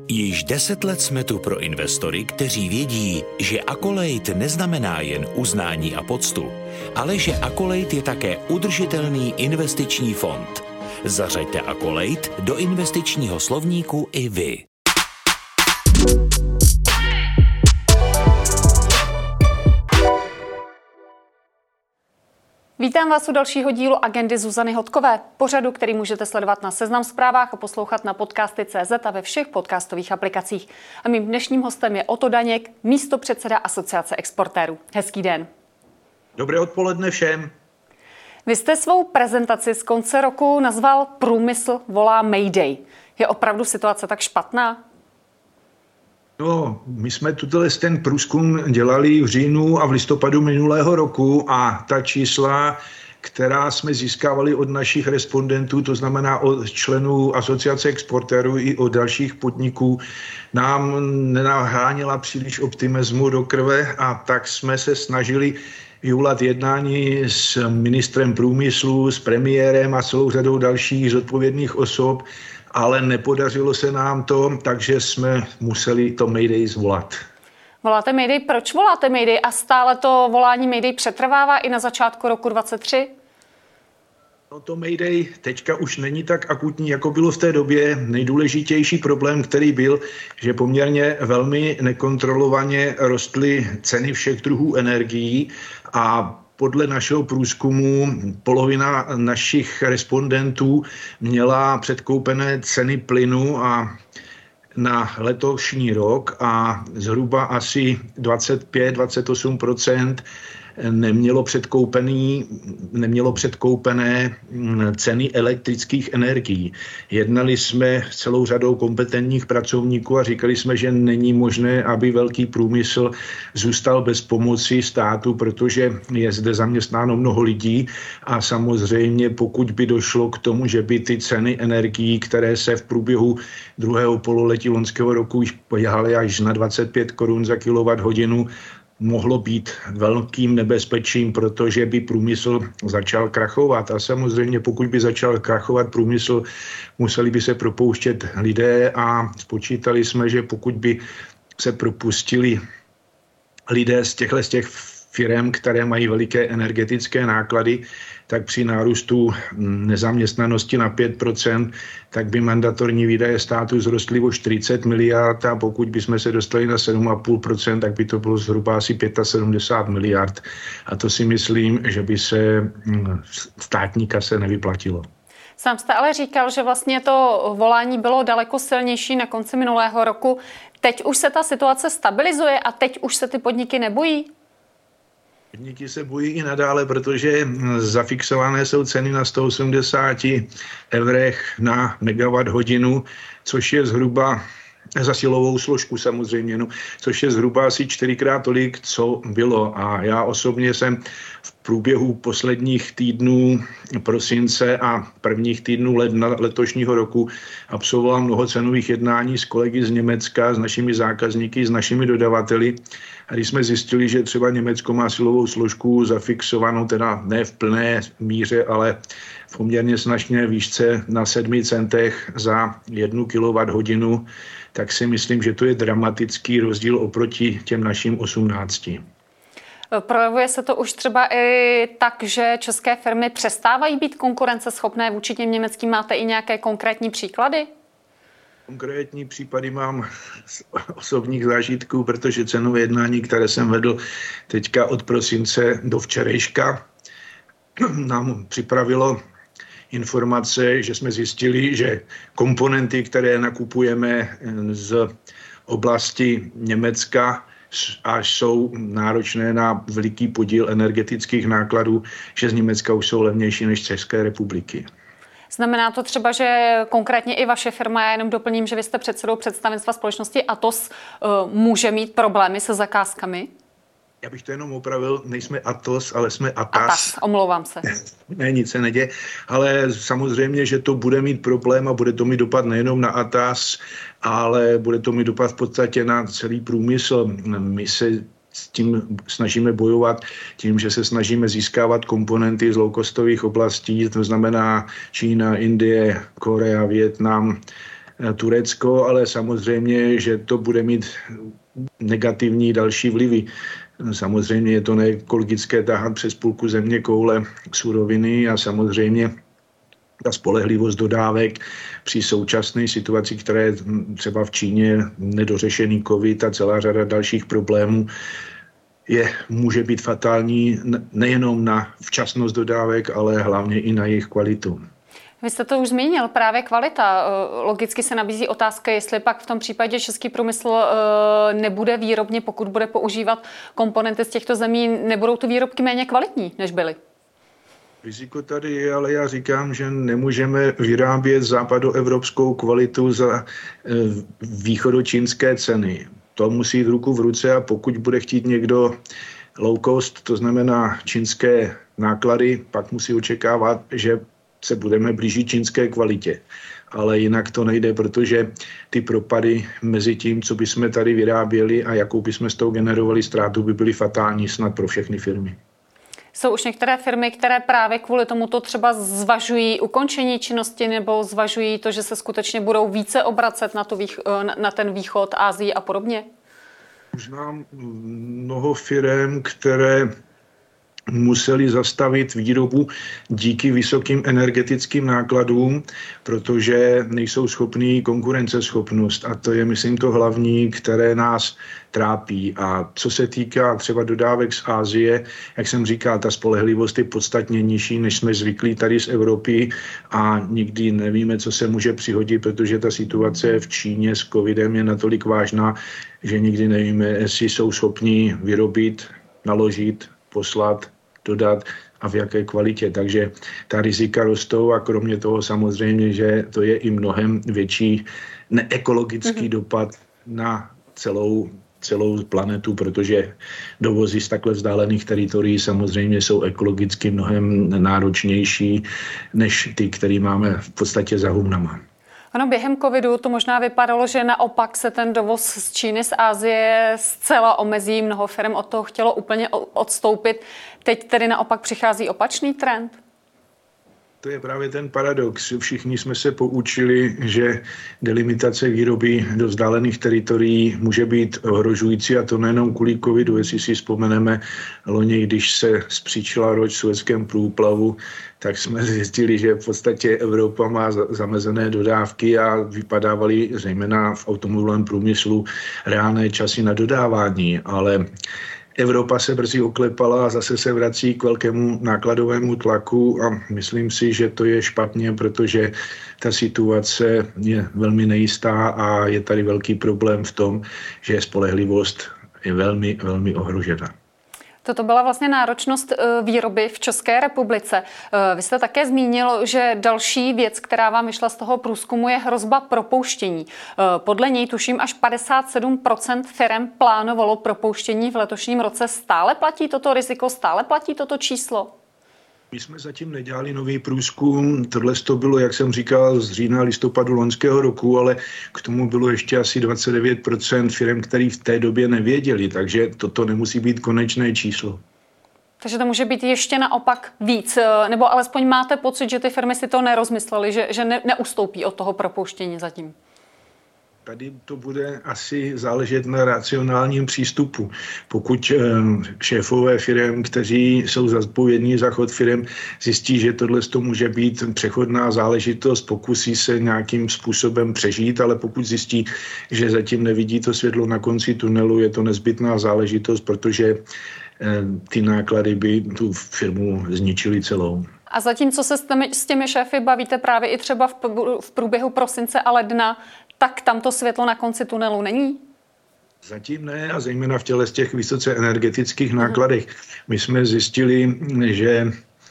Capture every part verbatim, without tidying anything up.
Již deset let jsme tu pro investory, kteří vědí, že Accolade neznamená jen uznání a poctu, ale že Accolade je také udržitelný investiční fond. Zařaďte Accolade do investičního slovníku i vy. Vítám vás u dalšího dílu agendy Zuzany Hodkové, pořadu, který můžete sledovat na Seznam Zprávách a poslouchat na podcasty tečka cé zet a ve všech podcastových aplikacích. A mým dnešním hostem je Otto Daněk, místopředseda Asociace exportérů. Hezký den. Dobré odpoledne všem. Vy jste svou prezentaci z konce roku nazval Průmysl volá Mayday. Je opravdu situace tak špatná? No, my jsme tuto ten průzkum dělali v říjnu a v listopadu minulého roku a ta čísla, která jsme získávali od našich respondentů, to znamená od členů Asociace exportérů i od dalších podniků, nám nenaháněla příliš optimismu do krve a tak jsme se snažili vyvolat jednání s ministrem průmyslu, s premiérem a celou řadou dalších zodpovědných osob, ale nepodařilo se nám to, takže jsme museli to Mayday zvolat. Voláte Mayday? Proč voláte Mayday? A stále to volání Mayday přetrvává i na začátku roku dvacet tři? No to Mayday teďka už není tak akutní, jako bylo v té době. Nejdůležitější problém, který byl, že poměrně velmi nekontrolovaně rostly ceny všech druhů energií a podle našeho průzkumu polovina našich respondentů měla předkoupené ceny plynu a na letošní rok a zhruba asi dvacet pět až dvacet osm procent nemělo předkoupený, nemělo předkoupené ceny elektrických energií. Jednali jsme s celou řadou kompetentních pracovníků a říkali jsme, že není možné, aby velký průmysl zůstal bez pomoci státu, protože je zde zaměstnáno mnoho lidí a samozřejmě pokud by došlo k tomu, že by ty ceny energií, které se v průběhu druhého pololetí loňského roku už pojehaly až na dvacet pět korun za kilowatthodinu, mohlo být velkým nebezpečím, protože by průmysl začal krachovat. A samozřejmě pokud by začal krachovat průmysl, museli by se propouštět lidé a spočítali jsme, že pokud by se propustili lidé z těchto z těch firem, které mají veliké energetické náklady, tak při nárůstu nezaměstnanosti na pět procent, tak by mandatorní výdaje státu zrostly o čtyřicet miliard a pokud bychom se dostali na sedm celá pět procenta, tak by to bylo zhruba asi sedmdesát pět miliard. A to si myslím, že by se státní kase nevyplatilo. Sám jste ale říkal, že vlastně to volání bylo daleko silnější na konci minulého roku. Teď už se ta situace stabilizuje a teď už se ty podniky nebojí? Podniky se bojí i nadále, protože zafixované jsou ceny na sto osmdesát eurech na megawatt hodinu, což je zhruba za silovou složku samozřejmě, no, což je zhruba asi čtyřikrát tolik, co bylo. A já osobně jsem v průběhu posledních týdnů prosince a prvních týdnů ledna letošního roku absolvoval mnoho cenových jednání s kolegy z Německa, s našimi zákazníky, s našimi dodavateli. A když jsme zjistili, že třeba Německo má silovou složku zafixovanou, teda ne v plné míře, ale v poměrně značné výšce na sedmi centech za jednu kilowatthodinu, tak si myslím, že to je dramatický rozdíl oproti těm našim osmnácti. Projevuje se to už třeba i tak, že české firmy přestávají být konkurenceschopné vůči těm německým. Máte i nějaké konkrétní příklady? Konkrétní případy mám z osobních zážitků, protože cenové jednání, které jsem vedl teďka od prosince do včerejška, nám připravilo informace, že jsme zjistili, že komponenty, které nakupujeme z oblasti Německa, až jsou náročné na veliký podíl energetických nákladů, že z Německa už jsou levnější než z České republiky. Znamená to třeba, že konkrétně i vaše firma, já jenom doplním, že vy jste předsedou představenstva společnosti Atos, může mít problémy se zakázkami? Já bych to jenom opravil, nejsme Atos, ale jsme Atas. Atas, omlouvám se. Ne, nic se neděje, ale samozřejmě, že to bude mít problém a bude to mít dopad nejenom na Atas, ale bude to mít dopad v podstatě na celý průmysl. My se s tím snažíme bojovat tím, že se snažíme získávat komponenty z low-costových oblastí, to znamená Čína, Indie, Korea, Vietnam, Turecko, ale samozřejmě, že to bude mít negativní další vlivy. Samozřejmě je to neekologické tahat přes půlku země koule suroviny a samozřejmě ta spolehlivost dodávek při současné situaci, která je třeba v Číně, nedořešený covid a celá řada dalších problémů, je, může být fatální nejenom na včasnost dodávek, ale hlavně i na jejich kvalitu. Vy jste to už zmínil, právě kvalita. Logicky se nabízí otázka, jestli pak v tom případě český průmysl nebude výrobně, pokud bude používat komponenty z těchto zemí, nebudou ty výrobky méně kvalitní, než byly. Riziko tady je, ale já říkám, že nemůžeme vyrábět západoevropskou kvalitu za východočínské ceny. To musí jít ruku v ruce a pokud bude chtít někdo low cost, to znamená čínské náklady, pak musí očekávat, že se budeme blížit čínské kvalitě. Ale jinak to nejde, protože ty propady mezi tím, co bychom tady vyráběli a jakou bychom z toho generovali ztrátu, by byly fatální snad pro všechny firmy. Jsou už některé firmy, které právě kvůli tomuto třeba zvažují ukončení činnosti nebo zvažují to, že se skutečně budou více obracet na, to, na ten východ, Asii a podobně? Už znám mnoho firem, které museli zastavit výrobu díky vysokým energetickým nákladům, protože nejsou schopní konkurenceschopnost. A to je, myslím, to hlavní, které nás trápí. A co se týká třeba dodávek z Asie, jak jsem říkal, ta spolehlivost je podstatně nižší, než jsme zvyklí tady z Evropy a nikdy nevíme, co se může přihodit, protože ta situace v Číně s covidem je natolik vážná, že nikdy nevíme, jestli jsou schopní vyrobit, naložit, poslat, dodat a v jaké kvalitě. Takže ta rizika rostou a kromě toho samozřejmě, že to je i mnohem větší neekologický mm-hmm. dopad na celou, celou planetu, protože dovozy z takhle vzdálených teritorií samozřejmě jsou ekologicky mnohem náročnější než ty, které máme v podstatě za humnama. Ano, během covidu to možná vypadalo, že naopak se ten dovoz z Číny, z Asie zcela omezí. Mnoho firm od toho chtělo úplně odstoupit. Teď tedy naopak přichází opačný trend? To je právě ten paradox. Všichni jsme se poučili, že delimitace výroby do vzdálených teritorií může být ohrožující a to nejenom kvůli covidu. Jestli si vzpomeneme loni, když se zpříčila roč v Suezském průplavu, tak jsme zjistili, že v podstatě Evropa má zamezené dodávky a vypadávaly zejména v automobilovém průmyslu reálné časy na dodávání, ale Evropa se brzy oklepala a zase se vrací k velkému nákladovému tlaku a myslím si, že to je špatně, protože ta situace je velmi nejistá a je tady velký problém v tom, že spolehlivost je velmi, velmi ohrožena. Toto byla vlastně náročnost výroby v České republice. Vy jste také zmínil, že další věc, která vám vyšla z toho průzkumu, je hrozba propouštění. Podle něj tuším až padesát sedm procent firem plánovalo propouštění v letošním roce. Stále platí toto riziko, stále platí toto číslo? My jsme zatím nedělali nový průzkum, tohle to bylo, jak jsem říkal, z října listopadu loňského roku, ale k tomu bylo ještě asi dvacet devět procent firem, který v té době nevěděli, takže toto nemusí být konečné číslo. Takže to může být ještě naopak víc, nebo alespoň máte pocit, že ty firmy si to nerozmyslely, že, že ne, neustoupí od toho propouštění zatím? Tady to bude asi záležet na racionálním přístupu. Pokud šéfové firem, kteří jsou zodpovědní za chod firem, zjistí, že tohle to může být přechodná záležitost, pokusí se nějakým způsobem přežít, ale pokud zjistí, že zatím nevidí to světlo na konci tunelu, je to nezbytná záležitost, protože ty náklady by tu firmu zničily celou. A zatímco se s těmi, s těmi šéfy bavíte právě i třeba v, v průběhu prosince a ledna, tak tam to světlo na konci tunelu není? Zatím ne a zejména v těle z těch vysoce energetických nákladech. My jsme zjistili, že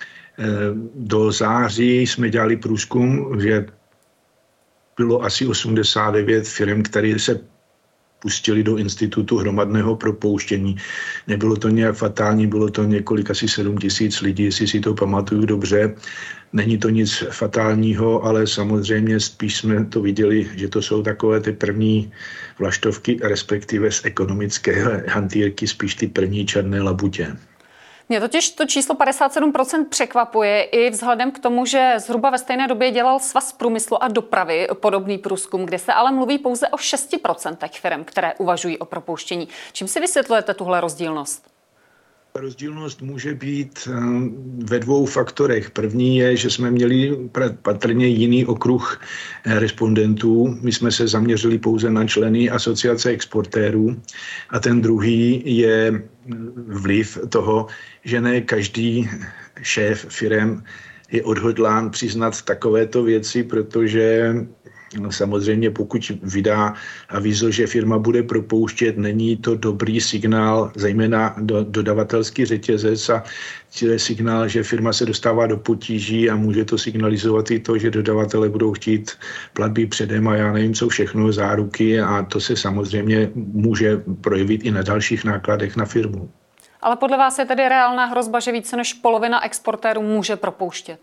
do září jsme dělali průzkum, že bylo asi osmdesát devět firm, které se pustili do institutu hromadného propouštění. Nebylo to nějak fatální, bylo to několik, asi sedm tisíc lidí, jestli si to pamatuju dobře. Není to nic fatálního, ale samozřejmě spíš jsme to viděli, že to jsou takové ty první vlaštovky, respektive z ekonomické hantýrky, spíš ty první černé labutě. Mě totiž to číslo padesát sedm procent překvapuje i vzhledem k tomu, že zhruba ve stejné době dělal Svaz průmyslu a dopravy podobný průzkum, kde se ale mluví pouze o šesti procentech firem, které uvažují o propouštění. Čím si vysvětlujete tuhle rozdílnost? Rozdílnost může být ve dvou faktorech. První je, že jsme měli patrně jiný okruh respondentů. My jsme se zaměřili pouze na členy asociace exportérů. A ten druhý je vliv toho, že ne každý šéf firem je odhodlán přiznat takovéto věci, protože no, samozřejmě pokud vydá avízo, že firma bude propouštět, není to dobrý signál, zejména do dodavatelský řetězec, a je signál, že firma se dostává do potíží a může to signalizovat i to, že dodavatele budou chtít platby předem a já nevím co všechno, záruky, a to se samozřejmě může projevit i na dalších nákladech na firmu. Ale podle vás je tedy reálná hrozba, že více než polovina exportérů může propouštět?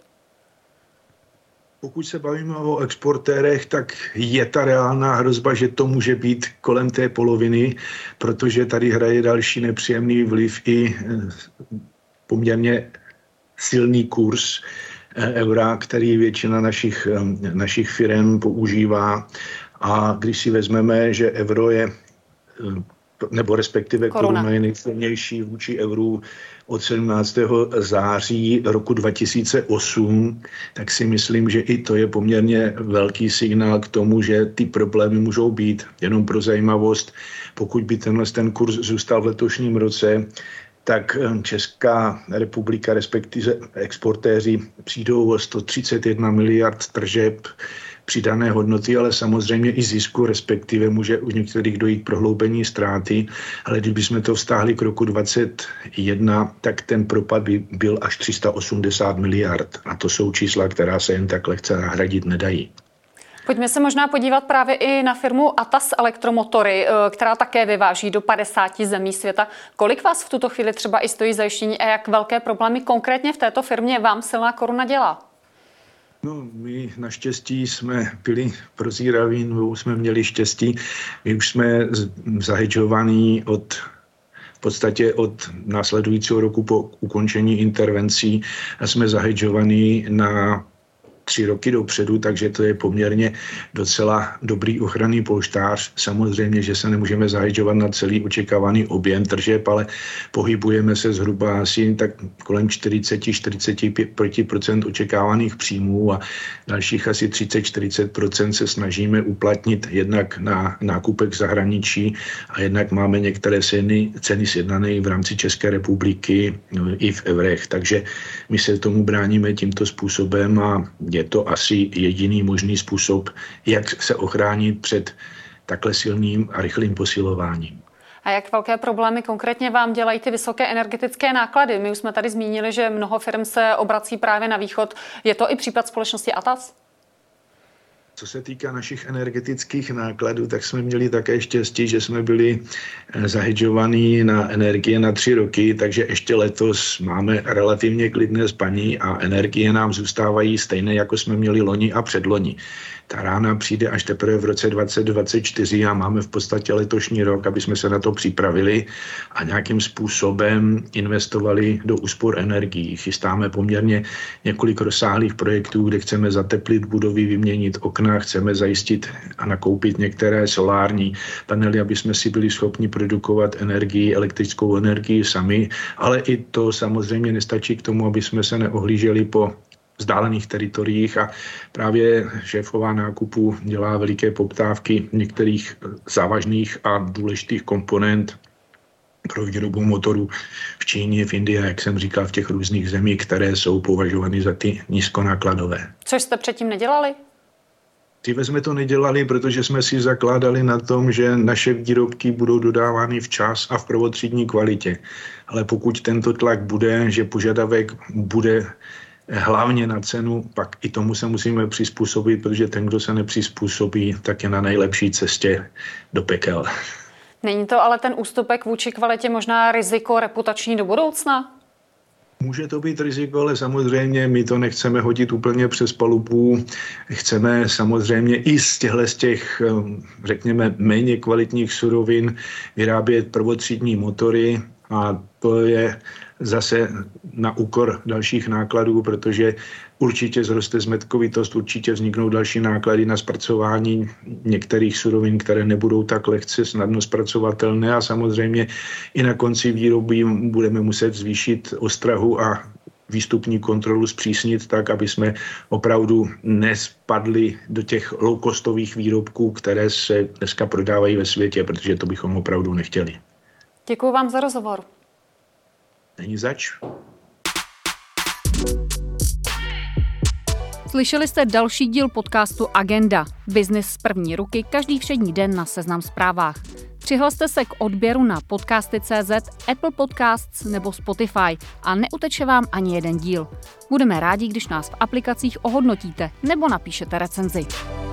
Pokud se bavíme o exportérech, tak je ta reálná hrozba, že to může být kolem té poloviny, protože tady hraje další nepříjemný vliv i poměrně silný kurz eura, který většina našich, našich firem používá. A když si vezmeme, že euro je, nebo respektive koruna, koruna je nejsilnější vůči euru od sedmnáctého září roku dva tisíce osm, tak si myslím, že i to je poměrně velký signál k tomu, že ty problémy můžou být. Jenom pro zajímavost, pokud by tenhle ten kurz zůstal v letošním roce, tak Česká republika, respektive exportéři, přijdou o sto třicet jedna miliard tržeb, přidané hodnoty, ale samozřejmě i zisku, respektive může u některých dojít prohloubení ztráty, ale kdybychom to vztáhli k roku dvacet jedna, tak ten propad by byl až tři sta osmdesát miliard. A to jsou čísla, která se jen tak lehce nahradit nedají. Pojďme se možná podívat právě i na firmu Atas Elektromotory, která také vyváží do padesáti zemí světa. Kolik vás v tuto chvíli třeba i stojí zajištění a jak velké problémy konkrétně v této firmě vám silná koruna dělá? No, my naštěstí jsme byli prozíraví, no, jsme měli štěstí. My už jsme zahedžovaní od v podstatě od následujícího roku po ukončení intervencí a jsme zahedžovaní na tři roky dopředu, takže to je poměrně docela dobrý ochranný polštář. Samozřejmě, že se nemůžeme zahedžovat na celý očekávaný objem tržeb, ale pohybujeme se zhruba asi tak kolem čtyřicet až čtyřicet pět procent očekávaných příjmů a dalších asi třicet až čtyřicet procent se snažíme uplatnit jednak na nákupech v zahraničí a jednak máme některé ceny, ceny sjednané v rámci České republiky i v eurech. Takže my se tomu bráníme tímto způsobem a je to asi jediný možný způsob, jak se ochránit před takhle silným a rychlým posilováním. A jak velké problémy konkrétně vám dělají ty vysoké energetické náklady? My už jsme tady zmínili, že mnoho firm se obrací právě na východ. Je to i případ společnosti Atas? Co se týká našich energetických nákladů, tak jsme měli také štěstí, že jsme byli zahedžovaní na energie na tři roky, takže ještě letos máme relativně klidné spaní a energie nám zůstávají stejné, jako jsme měli loni a předloni. Ta rána přijde až teprve v roce dvacet dvacet čtyři a máme v podstatě letošní rok, aby jsme se na to připravili a nějakým způsobem investovali do úspor energií. Chystáme poměrně několik rozsáhlých projektů, kde chceme zateplit budovy, vyměnit okna, chceme zajistit a nakoupit některé solární panely, aby jsme si byli schopni produkovat energii, elektrickou energii sami, ale i to samozřejmě nestačí k tomu, aby jsme se neohlíželi po vzdálených teritoriích a právě šéfová nákupu dělá veliké poptávky některých závažných a důležitých komponent pro výrobu motorů v Číně, v Indii, jak jsem říkal, v těch různých zemích, které jsou považovány za ty nízkonákladové. Což jste předtím nedělali? Dříve jsme to nedělali, protože jsme si zakládali na tom, že naše výrobky budou dodávány včas a v prvotřídní kvalitě. Ale pokud tento tlak bude, že požadavek bude hlavně na cenu, pak i tomu se musíme přizpůsobit, protože ten, kdo se nepřizpůsobí, tak je na nejlepší cestě do pekel. Není to ale ten ústupek vůči kvalitě možná riziko reputační do budoucna? Může to být riziko, ale samozřejmě my to nechceme hodit úplně přes palubu. Chceme samozřejmě i z těchto z těch, řekněme, méně kvalitních surovin vyrábět prvotřídní motory a to je zase na úkor dalších nákladů, protože určitě zroste zmetkovitost, určitě vzniknou další náklady na zpracování některých surovin, které nebudou tak lehce snadno zpracovatelné a samozřejmě i na konci výroby budeme muset zvýšit ostrahu a výstupní kontrolu zpřísnit tak, aby jsme opravdu nespadli do těch low-costových výrobků, které se dneska prodávají ve světě, protože to bychom opravdu nechtěli. Děkuji vám za rozhovor. Není zač. Slyšeli jste další díl podcastu Agenda. Biznis z první ruky každý všední den na Seznam Zprávách. Přihlaste se k odběru na podcasty tečka cé zet, Apple Podcasts nebo Spotify a neuteče vám ani jeden díl. Budeme rádi, když nás v aplikacích ohodnotíte nebo napíšete recenzi.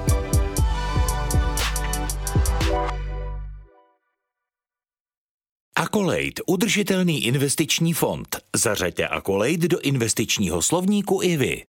Accolade, udržitelný investiční fond. Zařaďte Accolade do investičního slovníku i vy.